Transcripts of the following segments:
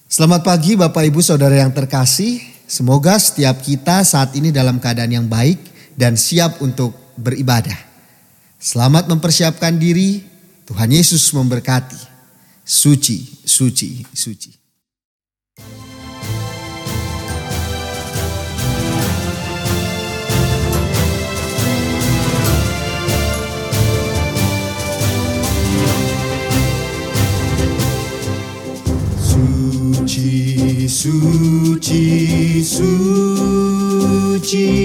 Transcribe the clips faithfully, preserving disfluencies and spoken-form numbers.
Selamat pagi Bapak Ibu Saudara yang terkasih. Semoga setiap kita saat ini dalam keadaan yang baik dan siap untuk beribadah. Selamat mempersiapkan diri, Tuhan Yesus memberkati. Suci, suci, suci. Suci, suci, suci,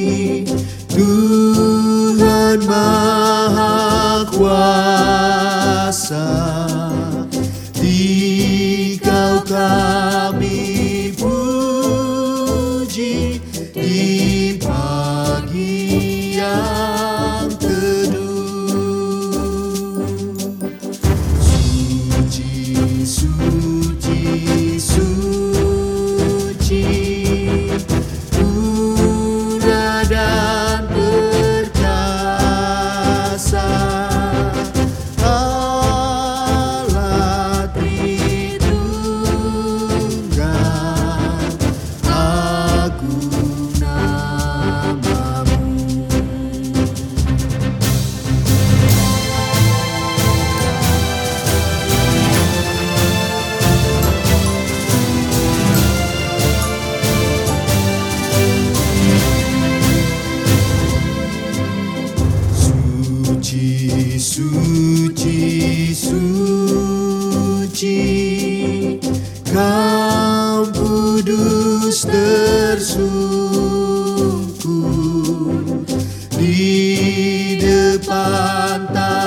Tuhan Maha Kuasa. Dikau kami puji di pagi yang teduh. Suci, suci, suci, murah dan perkasa, Allah Tritunggal, agung namamu. Suci, suci, suci, Kau kudus tersungkur di depan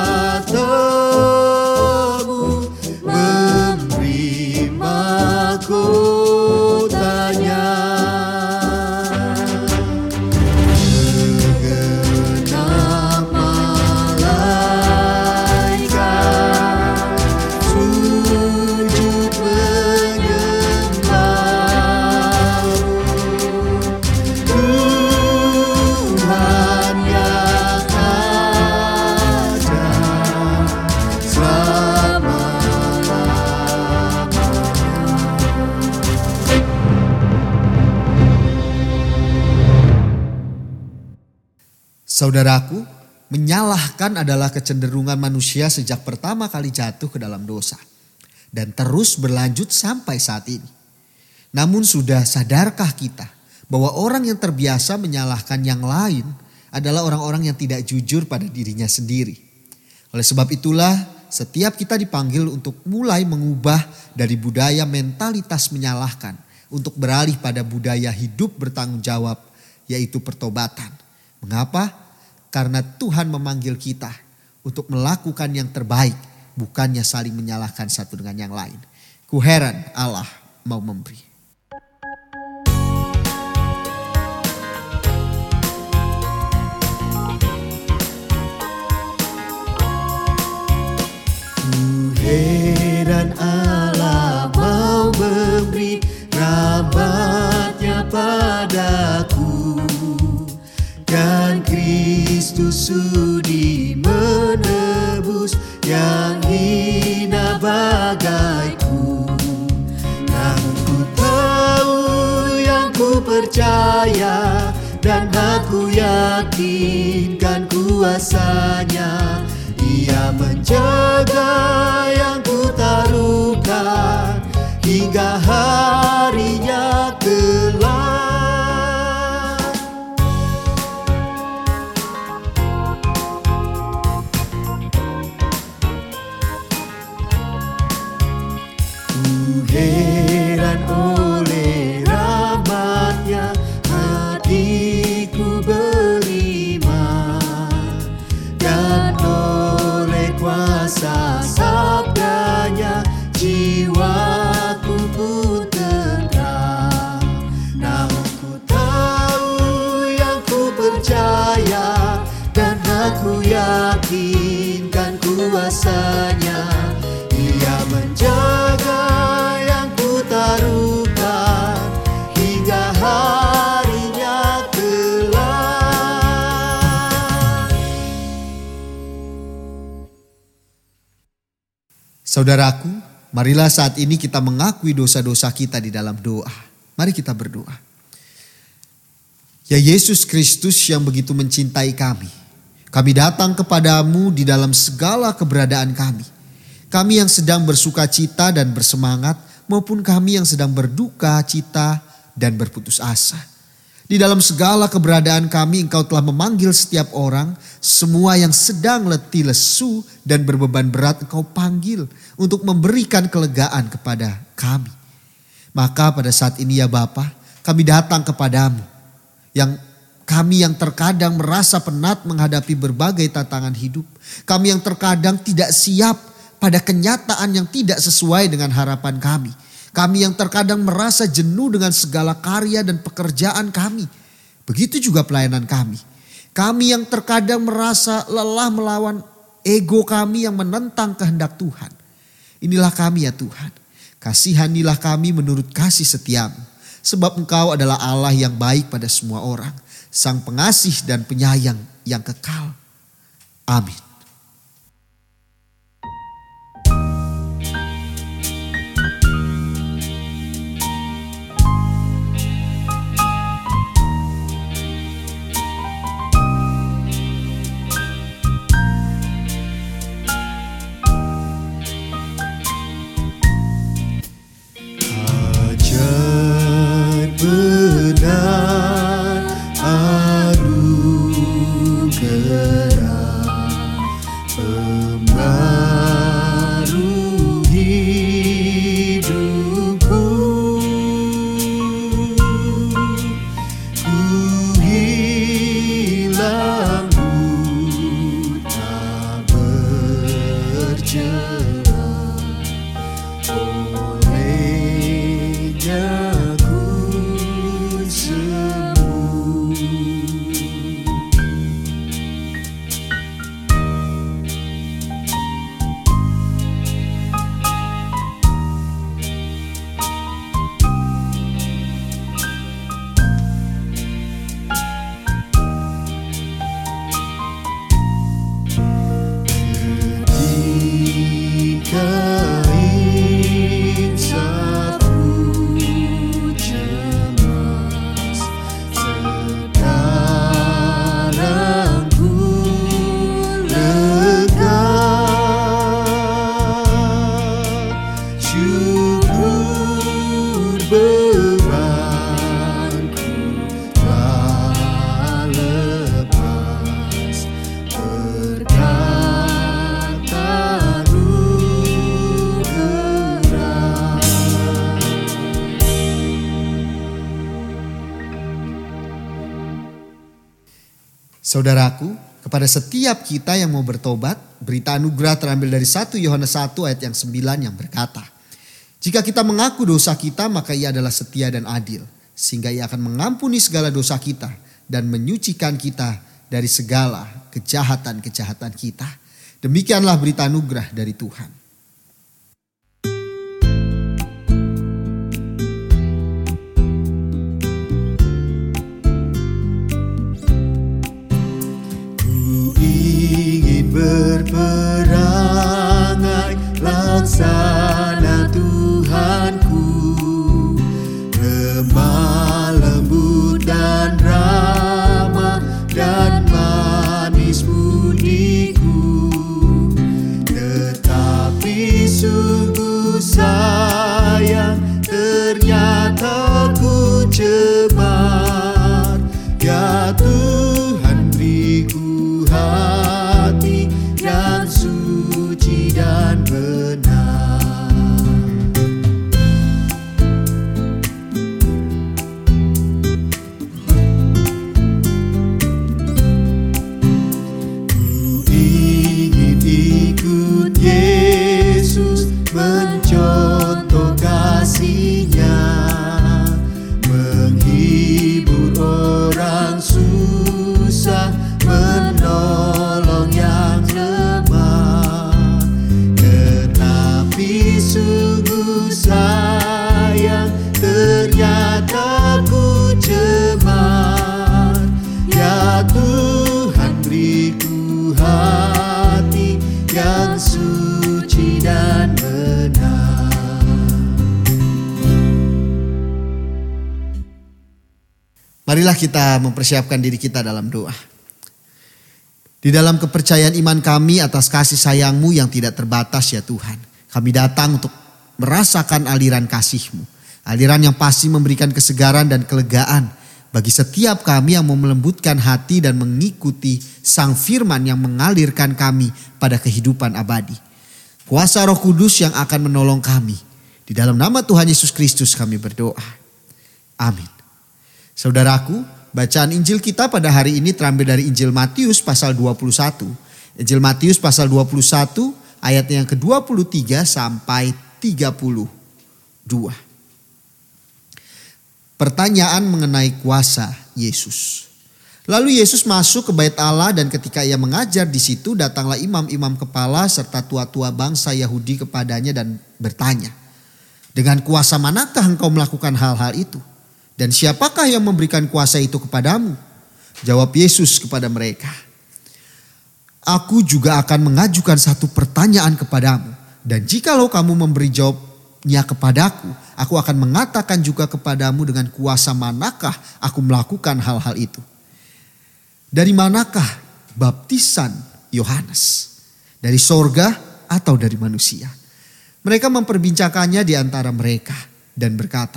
tatamu, memberi mahkotanya. Segenap malaikat sujud menyembahmu, Tuhan yang ajaib selama-lamanya. Saudaraku, menyalahkan adalah kecenderungan manusia sejak pertama kali jatuh ke dalam dosa dan terus berlanjut sampai saat ini. Namun sudah sadarkah kita bahwa orang yang terbiasa menyalahkan yang lain adalah orang-orang yang tidak jujur pada dirinya sendiri. Oleh sebab itulah setiap kita dipanggil untuk mulai mengubah dari budaya mentalitas menyalahkan untuk beralih pada budaya hidup bertanggung jawab, yaitu pertobatan. Mengapa? Karena Tuhan memanggil kita untuk melakukan yang terbaik, bukannya saling menyalahkan satu dengan yang lain. Ku heran Allah mau memberi. Ku heran Allah mau memberi rahmat-Nya padaku, dan Kristus sudi menebus yang hina bagaiku. Namun ku tahu yang ku percaya, dan aku yakinkan kuasa-Nya. Ia menjaga yang ku taruhkan hingga harinya kelak. Heran oleh rahmat-Nya, hatiku beriman, dan oleh kuasa sabda-Nya jiwaku pun tenang. Namun ku tahu yang ku percaya, dan aku yakinkan kuasa-Nya. Ia menjaga yang ku taruhkan hingga harinya kelak. Saudaraku, Marilah saat ini kita mengakui dosa-dosa kita di dalam doa. Mari kita berdoa. Ya Yesus Kristus yang begitu mencintai kami, kami datang kepadamu di dalam segala keberadaan kami. Kami yang sedang bersuka cita dan bersemangat, maupun kami yang sedang berduka cita dan berputus asa. Di dalam segala keberadaan kami Engkau telah memanggil setiap orang, semua yang sedang letih lesu dan berbeban berat Engkau panggil untuk memberikan kelegaan kepada kami. Maka pada saat ini ya Bapa, kami datang kepadamu, yang kami yang terkadang merasa penat menghadapi berbagai tantangan hidup. Kami yang terkadang tidak siap pada kenyataan yang tidak sesuai dengan harapan kami. Kami yang terkadang merasa jenuh dengan segala karya dan pekerjaan kami. Begitu juga pelayanan kami. Kami yang terkadang merasa lelah melawan ego kami yang menentang kehendak Tuhan. Inilah kami ya Tuhan. Kasihanilah kami menurut kasih setiamu. Sebab Engkau adalah Allah yang baik pada semua orang. Sang pengasih dan penyayang yang kekal. Amin. Benar anugerah pembaru hidupku, ku hilang buta bercerah olehnya. Saudaraku, kepada setiap kita yang mau bertobat, berita anugerah terambil dari satu Yohanes satu ayat yang sembilan yang berkata, jika kita mengaku dosa kita, maka Ia adalah setia dan adil, sehingga Ia akan mengampuni segala dosa kita dan menyucikan kita dari segala kejahatan-kejahatan kita. Demikianlah berita anugerah dari Tuhan. Berperangai laksana Tuhanku, lemah lembut dan ramah dan manis budiku, tetap Marilah kita mempersiapkan diri kita dalam doa. Di dalam kepercayaan iman kami atas kasih sayang-Mu yang tidak terbatas ya Tuhan. Kami datang untuk merasakan aliran kasih-Mu. Aliran yang pasti memberikan kesegaran dan kelegaan bagi setiap kami yang mau melembutkan hati dan mengikuti Sang Firman yang mengalirkan kami pada kehidupan abadi. Kuasa Roh Kudus yang akan menolong kami. Di dalam nama Tuhan Yesus Kristus kami berdoa. Amin. Saudaraku, bacaan Injil kita pada hari ini terambil dari Injil Matius pasal dua puluh satu. Injil Matius pasal dua puluh satu ayat yang ke dua puluh tiga sampai tiga puluh dua. Pertanyaan mengenai kuasa Yesus. Lalu Yesus masuk ke bait Allah dan ketika ia mengajar di situ datanglah imam-imam kepala serta tua-tua bangsa Yahudi kepadanya dan bertanya, "Dengan kuasa manakah engkau melakukan hal-hal itu? Dan siapakah yang memberikan kuasa itu kepadamu?" Jawab Yesus kepada mereka, "Aku juga akan mengajukan satu pertanyaan kepadamu. Dan jikalau kamu memberi jawabnya kepadaku, aku akan mengatakan juga kepadamu dengan kuasa manakah aku melakukan hal-hal itu. Dari manakah baptisan Yohanes? Dari sorga atau dari manusia?" Mereka memperbincangkannya di antara mereka dan berkata,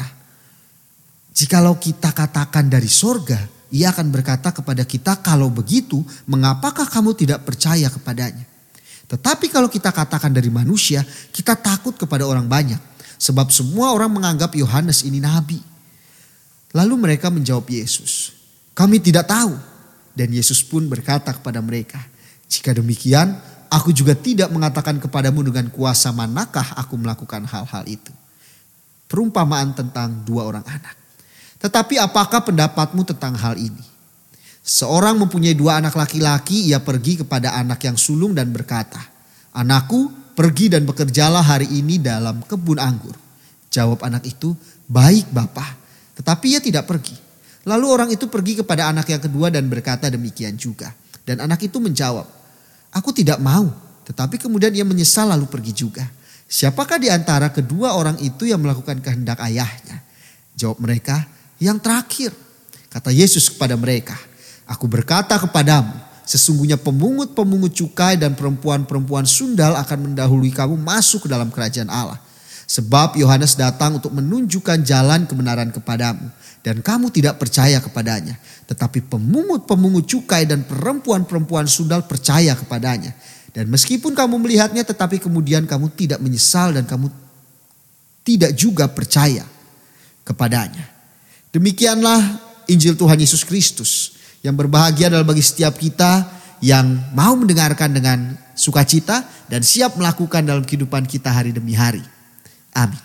"Jikalau kita katakan dari sorga, ia akan berkata kepada kita, kalau begitu mengapakah kamu tidak percaya kepadanya? Tetapi kalau kita katakan dari manusia, kita takut kepada orang banyak. Sebab semua orang menganggap Yohanes ini nabi." Lalu mereka menjawab Yesus, "Kami tidak tahu." Dan Yesus pun berkata kepada mereka, "Jika demikian, aku juga tidak mengatakan kepadamu dengan kuasa manakah aku melakukan hal-hal itu." Perumpamaan tentang dua orang anak. "Tetapi apakah pendapatmu tentang hal ini? Seorang mempunyai dua anak laki-laki, ia pergi kepada anak yang sulung dan berkata, 'Anakku, pergi dan bekerjalah hari ini dalam kebun anggur.' Jawab anak itu, 'Baik Bapa.' Tetapi ia tidak pergi. Lalu orang itu pergi kepada anak yang kedua dan berkata demikian juga. Dan anak itu menjawab, 'Aku tidak mau.' Tetapi kemudian ia menyesal lalu pergi juga. Siapakah di antara kedua orang itu yang melakukan kehendak ayahnya?" Jawab mereka, "Yang terakhir." Kata Yesus kepada mereka, "Aku berkata kepadamu, sesungguhnya pemungut-pemungut cukai dan perempuan-perempuan sundal akan mendahului kamu masuk ke dalam kerajaan Allah. Sebab Yohanes datang untuk menunjukkan jalan kebenaran kepadamu, dan kamu tidak percaya kepadanya. Tetapi pemungut-pemungut cukai dan perempuan-perempuan sundal percaya kepadanya. Dan meskipun kamu melihatnya, tetapi kemudian kamu tidak menyesal dan kamu tidak juga percaya kepadanya." Demikianlah Injil Tuhan Yesus Kristus, yang berbahagia adalah bagi setiap kita yang mau mendengarkan dengan sukacita dan siap melakukan dalam kehidupan kita hari demi hari. Amin.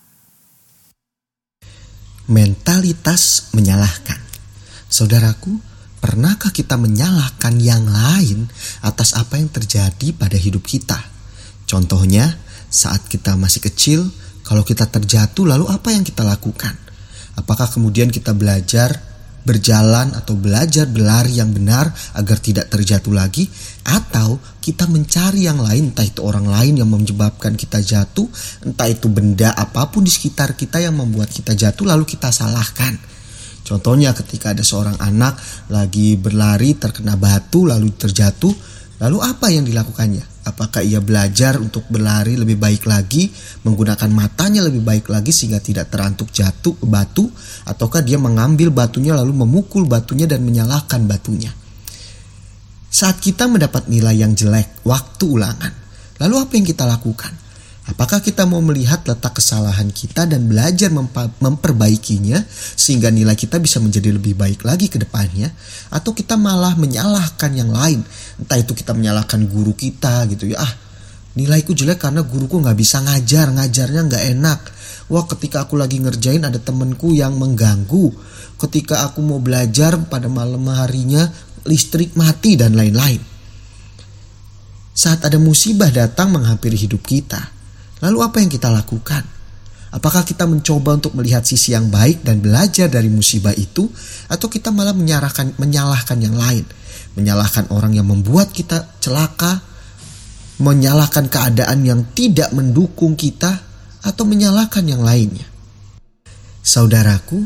Mentalitas menyalahkan. Saudaraku, pernahkah kita menyalahkan yang lain atas apa yang terjadi pada hidup kita? Contohnya, saat kita masih kecil, kalau kita terjatuh lalu apa yang kita lakukan? Apakah kemudian kita belajar berjalan atau belajar berlari yang benar agar tidak terjatuh lagi? Atau kita mencari yang lain, entah itu orang lain yang menyebabkan kita jatuh, entah itu benda apapun di sekitar kita yang membuat kita jatuh lalu kita salahkan. Contohnya ketika ada seorang anak lagi berlari terkena batu lalu terjatuh, lalu apa yang dilakukannya? Apakah ia belajar untuk berlari lebih baik lagi, menggunakan matanya lebih baik lagi sehingga tidak terantuk jatuh ke batu? Ataukah dia mengambil batunya lalu memukul batunya dan menyalahkan batunya? Saat kita mendapat nilai yang jelek, waktu ulangan, lalu apa yang kita lakukan? Apakah kita mau melihat letak kesalahan kita dan belajar memperbaikinya sehingga nilai kita bisa menjadi lebih baik lagi ke depannya? Atau kita malah menyalahkan yang lain? Entah itu kita menyalahkan guru kita gitu ya. Ah, nilaiku jelek karena guruku gak bisa ngajar, ngajarnya gak enak. Wah, ketika aku lagi ngerjain ada temenku yang mengganggu. Ketika aku mau belajar pada malam harinya listrik mati dan lain-lain. Saat ada musibah datang menghampiri hidup kita, lalu apa yang kita lakukan? Apakah kita mencoba untuk melihat sisi yang baik dan belajar dari musibah itu? Atau kita malah menyalahkan, menyalahkan yang lain? Menyalahkan orang yang membuat kita celaka? Menyalahkan keadaan yang tidak mendukung kita? Atau menyalahkan yang lainnya? Saudaraku,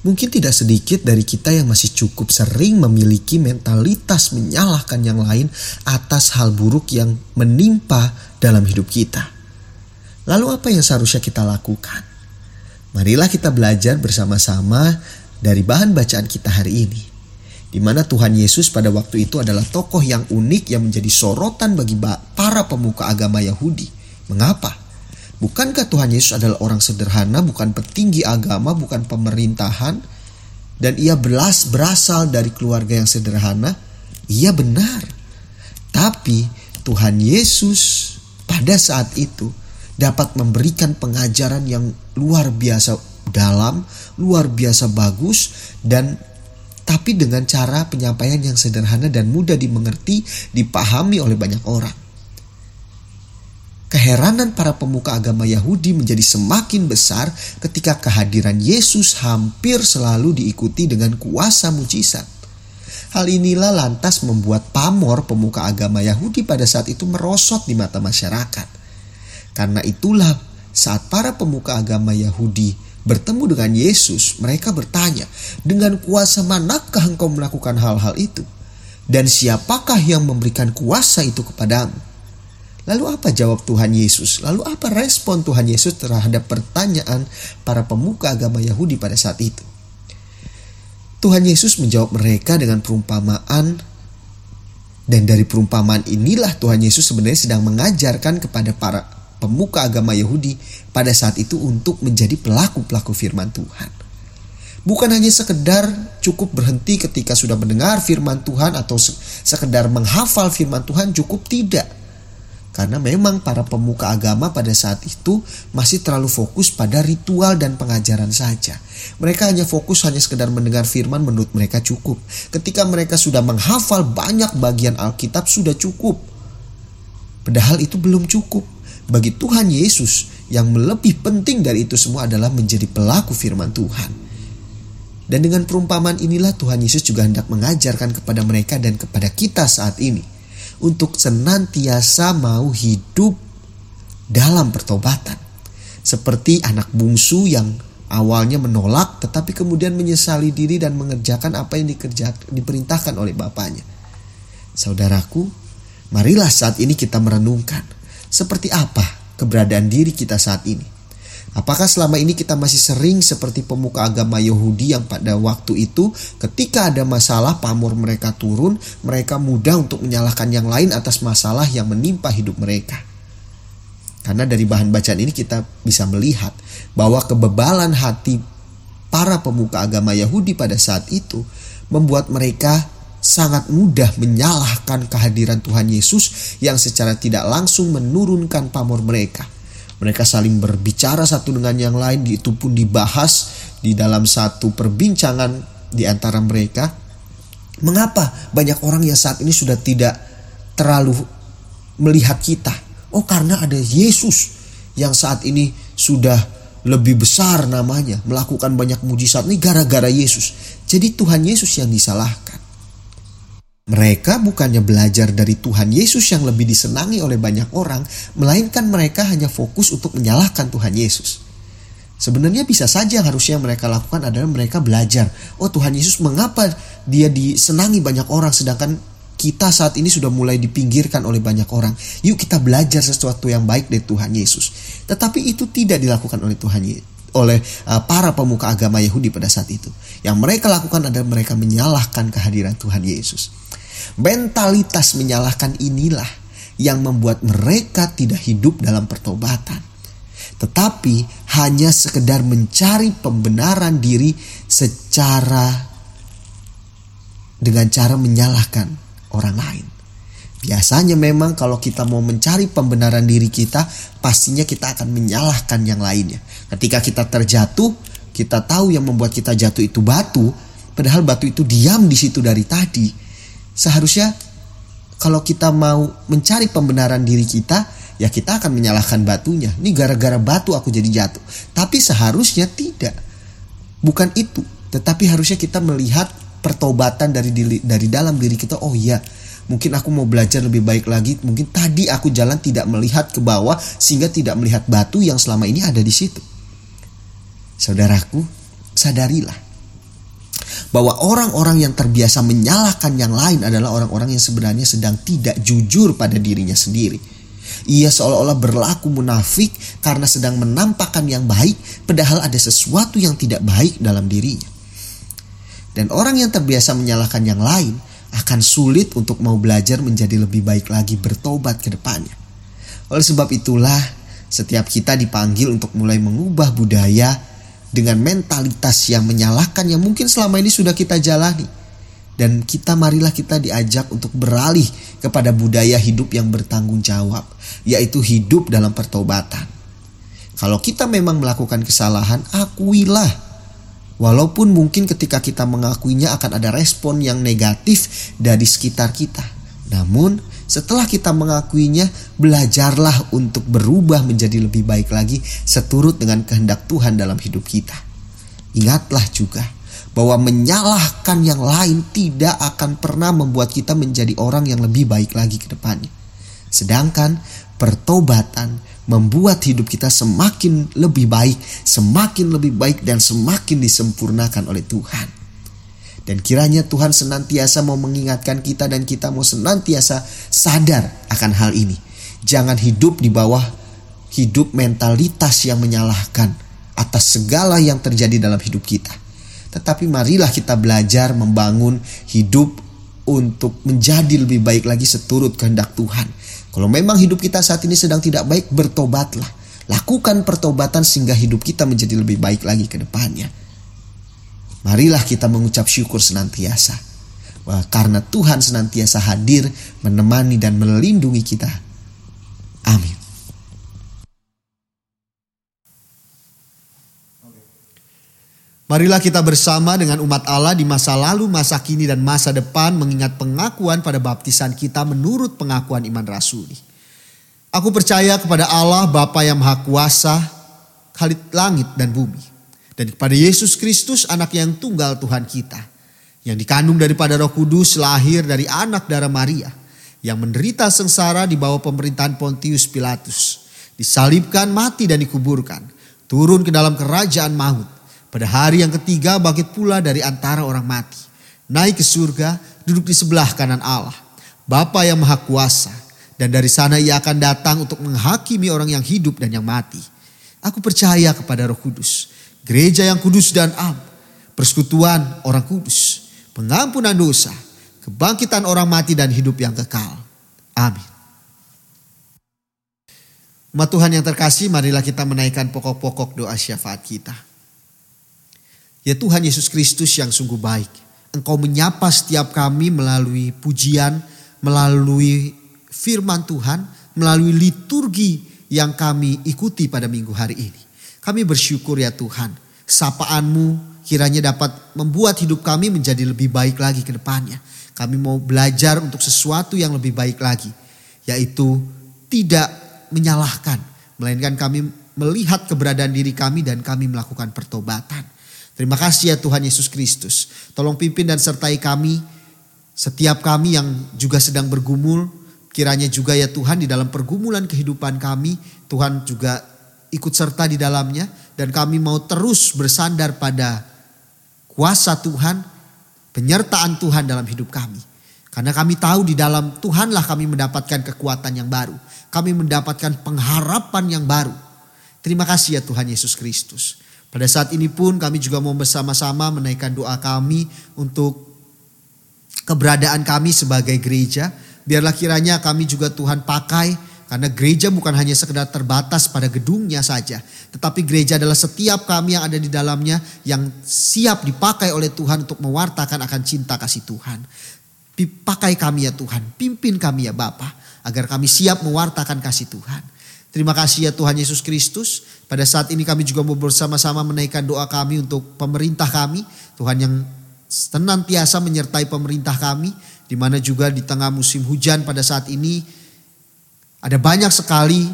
Mungkin tidak sedikit dari kita yang masih cukup sering memiliki mentalitas menyalahkan yang lain atas hal buruk yang menimpa dalam hidup kita. Lalu apa yang seharusnya kita lakukan? Marilah kita belajar bersama-sama dari bahan bacaan kita hari ini, di mana Tuhan Yesus pada waktu itu adalah tokoh yang unik yang menjadi sorotan bagi para pemuka agama Yahudi. Mengapa? Bukankah Tuhan Yesus adalah orang sederhana, bukan petinggi agama, bukan pemerintahan, dan ia belas berasal dari keluarga yang sederhana? Iya benar. Tapi Tuhan Yesus pada saat itu dapat memberikan pengajaran yang luar biasa dalam, luar biasa bagus, dan tapi dengan cara penyampaian yang sederhana dan mudah dimengerti, dipahami oleh banyak orang. Keheranan para pemuka agama Yahudi menjadi semakin besar ketika kehadiran Yesus hampir selalu diikuti dengan kuasa mujizat. Hal inilah lantas membuat pamor pemuka agama Yahudi pada saat itu merosot di mata masyarakat. Karena itulah saat para pemuka agama Yahudi bertemu dengan Yesus, mereka bertanya, dengan kuasa manakah engkau melakukan hal-hal itu? Dan siapakah yang memberikan kuasa itu kepadamu? Lalu apa jawab Tuhan Yesus? Lalu apa respon Tuhan Yesus terhadap pertanyaan para pemuka agama Yahudi pada saat itu? Tuhan Yesus menjawab mereka dengan perumpamaan, dan dari perumpamaan inilah Tuhan Yesus sebenarnya sedang mengajarkan kepada para pemuka agama Yahudi pada saat itu untuk menjadi pelaku-pelaku firman Tuhan. Bukan hanya sekedar cukup berhenti ketika sudah mendengar firman Tuhan atau sekedar menghafal firman Tuhan, cukup tidak. Karena memang para pemuka agama pada saat itu masih terlalu fokus pada ritual dan pengajaran saja. Mereka hanya fokus hanya sekedar mendengar firman, menurut mereka cukup. Ketika mereka sudah menghafal banyak bagian Alkitab sudah cukup. Padahal itu belum cukup. Bagi Tuhan Yesus yang lebih penting dari itu semua adalah menjadi pelaku firman Tuhan. Dan dengan perumpamaan inilah Tuhan Yesus juga hendak mengajarkan kepada mereka dan kepada kita saat ini untuk senantiasa mau hidup dalam pertobatan. Seperti anak bungsu yang awalnya menolak tetapi kemudian menyesali diri dan mengerjakan apa yang dikerjakan, diperintahkan oleh bapaknya. Saudaraku, marilah saat ini kita merenungkan seperti apa keberadaan diri kita saat ini. Apakah selama ini kita masih sering seperti pemuka agama Yahudi yang pada waktu itu ketika ada masalah pamor mereka turun, mereka mudah untuk menyalahkan yang lain atas masalah yang menimpa hidup mereka. Karena dari bahan bacaan ini kita bisa melihat bahwa kebebalan hati para pemuka agama Yahudi pada saat itu membuat mereka sangat mudah menyalahkan kehadiran Tuhan Yesus yang secara tidak langsung menurunkan pamor mereka. Mereka saling berbicara satu dengan yang lain, itu pun dibahas di dalam satu perbincangan di antara mereka. Mengapa banyak orang yang saat ini sudah tidak terlalu melihat kita? Oh, karena ada Yesus yang saat ini sudah lebih besar namanya, melakukan banyak mujizat. Ini gara-gara Yesus. Jadi Tuhan Yesus yang disalahkan. Mereka bukannya belajar dari Tuhan Yesus yang lebih disenangi oleh banyak orang, melainkan mereka hanya fokus untuk menyalahkan Tuhan Yesus. Sebenarnya bisa saja yang harusnya mereka lakukan adalah mereka belajar. Oh, Tuhan Yesus mengapa dia disenangi banyak orang sedangkan kita saat ini sudah mulai dipinggirkan oleh banyak orang. Yuk kita belajar sesuatu yang baik dari Tuhan Yesus. Tetapi itu tidak dilakukan oleh Tuhan Yesus. oleh uh, para pemuka agama Yahudi pada saat itu. Yang mereka lakukan adalah mereka menyalahkan kehadiran Tuhan Yesus. Mentalitas menyalahkan inilah yang membuat mereka tidak hidup dalam pertobatan, tetapi hanya sekedar mencari pembenaran diri secara dengan cara menyalahkan orang lain. Biasanya memang kalau kita mau mencari pembenaran diri kita, pastinya kita akan menyalahkan yang lainnya. Ketika kita terjatuh, kita tahu yang membuat kita jatuh itu batu, padahal batu itu diam di situ dari tadi. Seharusnya kalau kita mau mencari pembenaran diri kita, ya kita akan menyalahkan batunya. Ini gara-gara batu aku jadi jatuh. Tapi seharusnya tidak. Bukan itu. Tetapi harusnya kita melihat pertobatan dari diri, dari dalam diri kita. Oh iya, mungkin aku mau belajar lebih baik lagi. Mungkin tadi aku jalan tidak melihat ke bawah sehingga tidak melihat batu yang selama ini ada di situ. Saudaraku, sadarilah bahwa orang-orang yang terbiasa menyalahkan yang lain adalah orang-orang yang sebenarnya sedang tidak jujur pada dirinya sendiri. Ia seolah-olah berlaku munafik karena sedang menampakkan yang baik, padahal ada sesuatu yang tidak baik dalam dirinya. Dan orang yang terbiasa menyalahkan yang lain akan sulit untuk mau belajar menjadi lebih baik lagi bertobat ke depannya. Oleh sebab itulah, setiap kita dipanggil untuk mulai mengubah budaya dengan mentalitas yang menyalahkan yang mungkin selama ini sudah kita jalani. Dan kita marilah kita diajak untuk beralih kepada budaya hidup yang bertanggung jawab, yaitu hidup dalam pertobatan. Kalau kita memang melakukan kesalahan, akuilah. Walaupun mungkin ketika kita mengakuinya akan ada respon yang negatif dari sekitar kita. Namun setelah kita mengakuinya, belajarlah untuk berubah menjadi lebih baik lagi seturut dengan kehendak Tuhan dalam hidup kita. Ingatlah juga bahwa menyalahkan yang lain tidak akan pernah membuat kita menjadi orang yang lebih baik lagi ke depannya. Sedangkan pertobatan membuat hidup kita semakin lebih baik, semakin lebih baik dan semakin disempurnakan oleh Tuhan. Dan kiranya Tuhan senantiasa mau mengingatkan kita dan kita mau senantiasa sadar akan hal ini. Jangan hidup di bawah hidup mentalitas yang menyalahkan atas segala yang terjadi dalam hidup kita. Tetapi marilah kita belajar membangun hidup untuk menjadi lebih baik lagi seturut kehendak Tuhan. Kalau memang hidup kita saat ini sedang tidak baik, bertobatlah. Lakukan pertobatan sehingga hidup kita menjadi lebih baik lagi ke depannya. Marilah kita mengucap syukur senantiasa. Wah, karena Tuhan senantiasa hadir, menemani dan melindungi kita. Amin. Marilah kita bersama dengan umat Allah di masa lalu, masa kini, dan masa depan mengingat pengakuan pada baptisan kita menurut pengakuan iman rasuli. Aku percaya kepada Allah Bapa yang Maha Kuasa, Khalid langit dan bumi, dan kepada Yesus Kristus anak yang tunggal Tuhan kita, yang dikandung daripada Roh Kudus, lahir dari anak darah Maria, yang menderita sengsara di bawah pemerintahan Pontius Pilatus, disalibkan, mati dan dikuburkan, turun ke dalam kerajaan maut. Pada hari yang ketiga bangkit pula dari antara orang mati, naik ke surga, duduk di sebelah kanan Allah, Bapa yang Maha Kuasa, dan dari sana ia akan datang untuk menghakimi orang yang hidup dan yang mati. Aku percaya kepada Roh Kudus, gereja yang kudus dan am, persekutuan orang kudus, pengampunan dosa, kebangkitan orang mati dan hidup yang kekal. Amin. Umat Tuhan yang terkasih, marilah kita menaikkan pokok-pokok doa syafaat kita. Ya Tuhan Yesus Kristus yang sungguh baik, Engkau menyapa setiap kami melalui pujian, melalui firman Tuhan, melalui liturgi yang kami ikuti pada minggu hari ini. Kami bersyukur ya Tuhan, sapaan-Mu kiranya dapat membuat hidup kami menjadi lebih baik lagi ke depannya. Kami mau belajar untuk sesuatu yang lebih baik lagi, yaitu tidak menyalahkan, melainkan kami melihat keberadaan diri kami dan kami melakukan pertobatan. Terima kasih ya Tuhan Yesus Kristus. Tolong pimpin dan sertai kami, setiap kami yang juga sedang bergumul. Kiranya juga ya Tuhan di dalam pergumulan kehidupan kami, Tuhan juga ikut serta di dalamnya. Dan kami mau terus bersandar pada kuasa Tuhan, penyertaan Tuhan dalam hidup kami. Karena kami tahu di dalam Tuhanlah kami mendapatkan kekuatan yang baru. Kami mendapatkan pengharapan yang baru. Terima kasih ya Tuhan Yesus Kristus. Pada saat ini pun kami juga mau bersama-sama menaikkan doa kami untuk keberadaan kami sebagai gereja. Biarlah kiranya kami juga Tuhan pakai, karena gereja bukan hanya sekedar terbatas pada gedungnya saja. Tetapi gereja adalah setiap kami yang ada di dalamnya yang siap dipakai oleh Tuhan untuk mewartakan akan cinta kasih Tuhan. Pakai kami ya Tuhan, pimpin kami ya Bapa, agar kami siap mewartakan kasih Tuhan. Terima kasih ya Tuhan Yesus Kristus. Pada saat ini kami juga mau bersama-sama menaikkan doa kami untuk pemerintah kami. Tuhan yang senantiasa menyertai pemerintah kami. Di mana juga di tengah musim hujan pada saat ini ada banyak sekali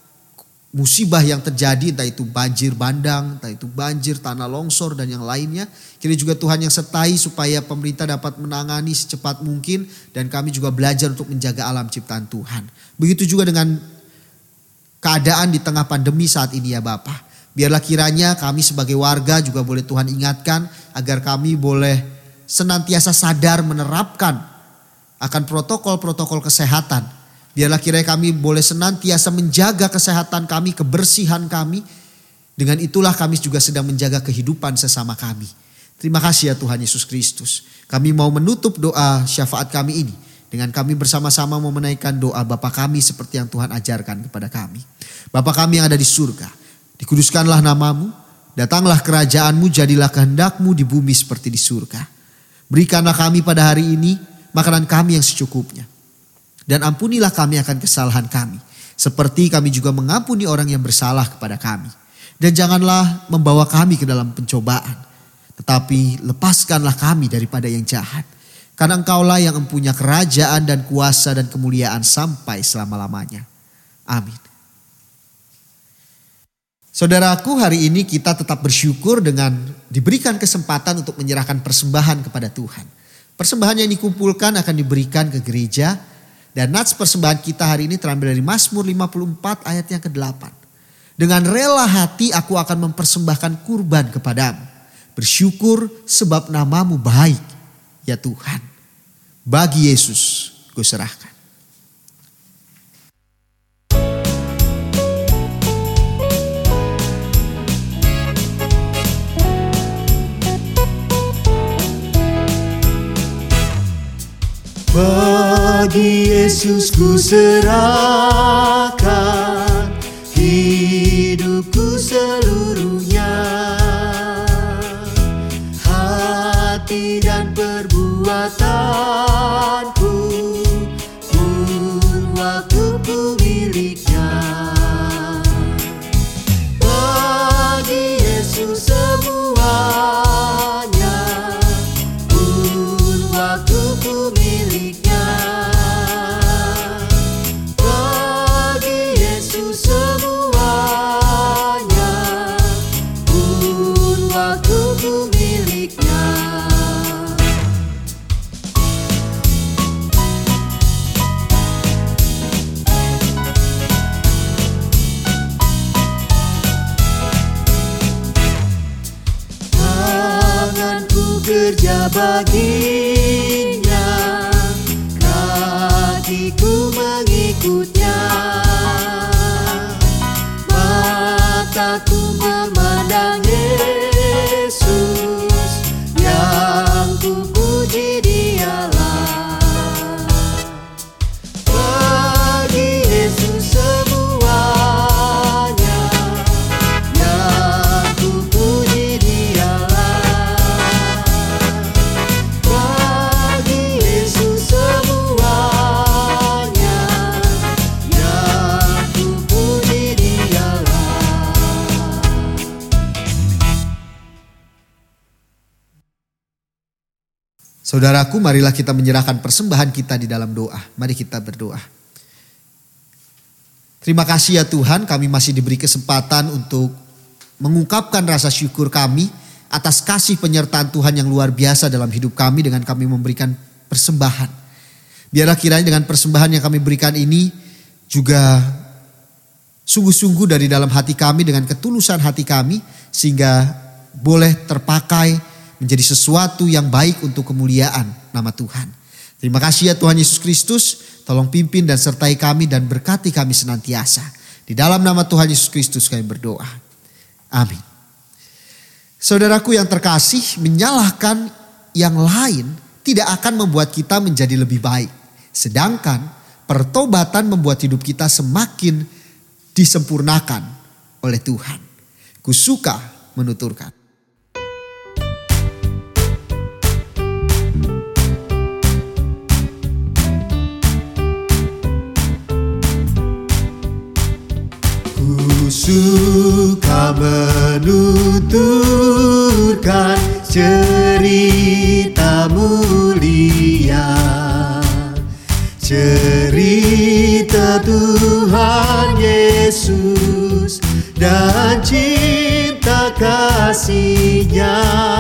musibah yang terjadi. Entah itu banjir bandang, entah itu banjir, tanah longsor dan yang lainnya. Kini juga Tuhan yang sertai supaya pemerintah dapat menangani secepat mungkin. Dan kami juga belajar untuk menjaga alam ciptaan Tuhan. Begitu juga dengan keadaan di tengah pandemi saat ini ya Bapa. Biarlah kiranya kami sebagai warga juga boleh Tuhan ingatkan agar kami boleh senantiasa sadar menerapkan akan protokol-protokol kesehatan. Biarlah kiranya kami boleh senantiasa menjaga kesehatan kami, kebersihan kami. Dengan itulah kami juga sedang menjaga kehidupan sesama kami. Terima kasih ya Tuhan Yesus Kristus. Kami mau menutup doa syafaat kami ini dengan kami bersama-sama mau menaikkan doa Bapa kami seperti yang Tuhan ajarkan kepada kami. Bapa kami yang ada di surga, dikuduskanlah namamu, datanglah kerajaanmu, jadilah kehendakmu di bumi seperti di surga. Berikanlah kami pada hari ini makanan kami yang secukupnya. Dan ampunilah kami akan kesalahan kami, seperti kami juga mengampuni orang yang bersalah kepada kami. Dan janganlah membawa kami ke dalam pencobaan, tetapi lepaskanlah kami daripada yang jahat. Karena Engkaulah yang mempunyai kerajaan dan kuasa dan kemuliaan sampai selama-lamanya. Amin. Saudaraku, hari ini kita tetap bersyukur dengan diberikan kesempatan untuk menyerahkan persembahan kepada Tuhan. Persembahan yang dikumpulkan akan diberikan ke gereja. Dan nats persembahan kita hari ini terambil dari Mazmur lima puluh empat ayat yang kedelapan. Dengan rela hati aku akan mempersembahkan kurban kepadamu. Bersyukur sebab namamu baik ya Tuhan. Bagi Yesus ku serahkan. Bagi Yesus ku serahkan hidupku seluruhnya, hati dan perbuatanku pun waktuku miliknya. Bagi Yesus semuanya pun waktuku miliknya. Kerja baginya, kakiku mengikutnya, mataku memandang Yesus yang ku puji Dialah. Bagi Yesus semuanya yang ku puji Dialah. Saudaraku, marilah kita menyerahkan persembahan kita di dalam doa. Mari kita berdoa. Terima kasih ya Tuhan, kami masih diberi kesempatan untuk mengungkapkan rasa syukur kami atas kasih penyertaan Tuhan yang luar biasa dalam hidup kami dengan kami memberikan persembahan. Biarlah kiranya dengan persembahan yang kami berikan ini juga sungguh-sungguh dari dalam hati kami dengan ketulusan hati kami sehingga boleh terpakai menjadi sesuatu yang baik untuk kemuliaan nama Tuhan. Terima kasih ya Tuhan Yesus Kristus. Tolong pimpin dan sertai kami dan berkati kami senantiasa. Di dalam nama Tuhan Yesus Kristus kami berdoa. Amin. Saudaraku yang terkasih, menyalahkan yang lain tidak akan membuat kita menjadi lebih baik. Sedangkan pertobatan membuat hidup kita semakin disempurnakan oleh Tuhan. Kusuka menuturkan. Suka menuturkan cerita mulia, cerita Tuhan Yesus dan cinta kasih-Nya.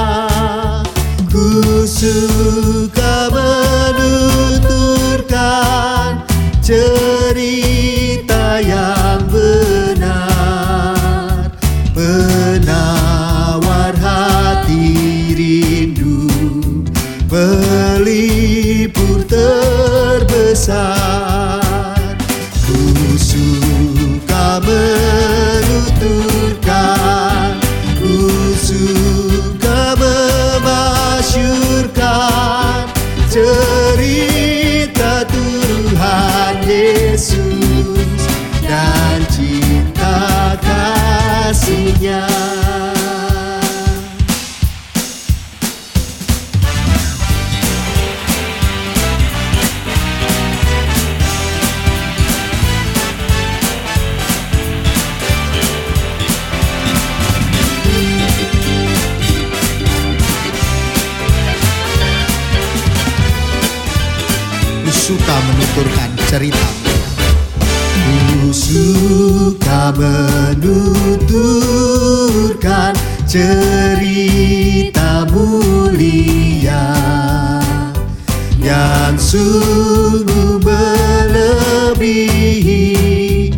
Ku suka menuturkan cerita yang benar, penawar hati rindu kasihnya. Ku suka menuturkan cerita. Ku suka menuturkan cerita mulia yang sungguh melebihi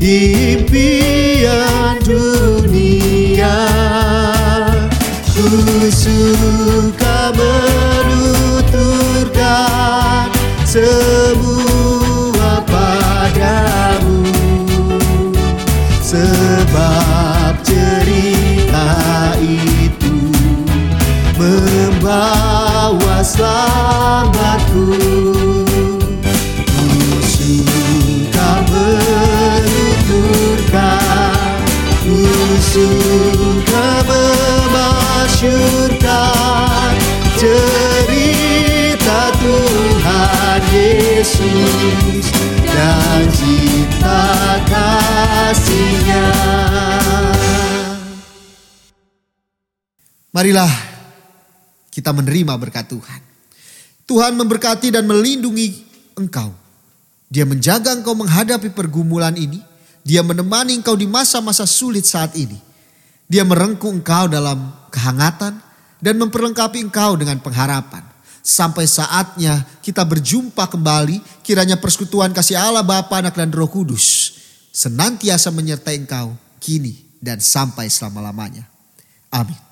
impian dunia. Ku suka menuturkan semua padamu, sebab cerita itu membawa selamatku. Ku suka menuturkan, ku suka memasyurkan cerita Tuhan Yesus dan cinta kasih-Nya. Marilah kita menerima berkat Tuhan. Tuhan memberkati dan melindungi engkau. Dia menjaga engkau menghadapi pergumulan ini. Dia menemani engkau di masa-masa sulit saat ini. Dia merengkuh engkau dalam kehangatan dan memperlengkapi engkau dengan pengharapan. Sampai saatnya kita berjumpa kembali, kiranya persekutuan kasih Allah Bapa, Anak dan Roh Kudus senantiasa menyertai engkau kini dan sampai selama-lamanya. Amin.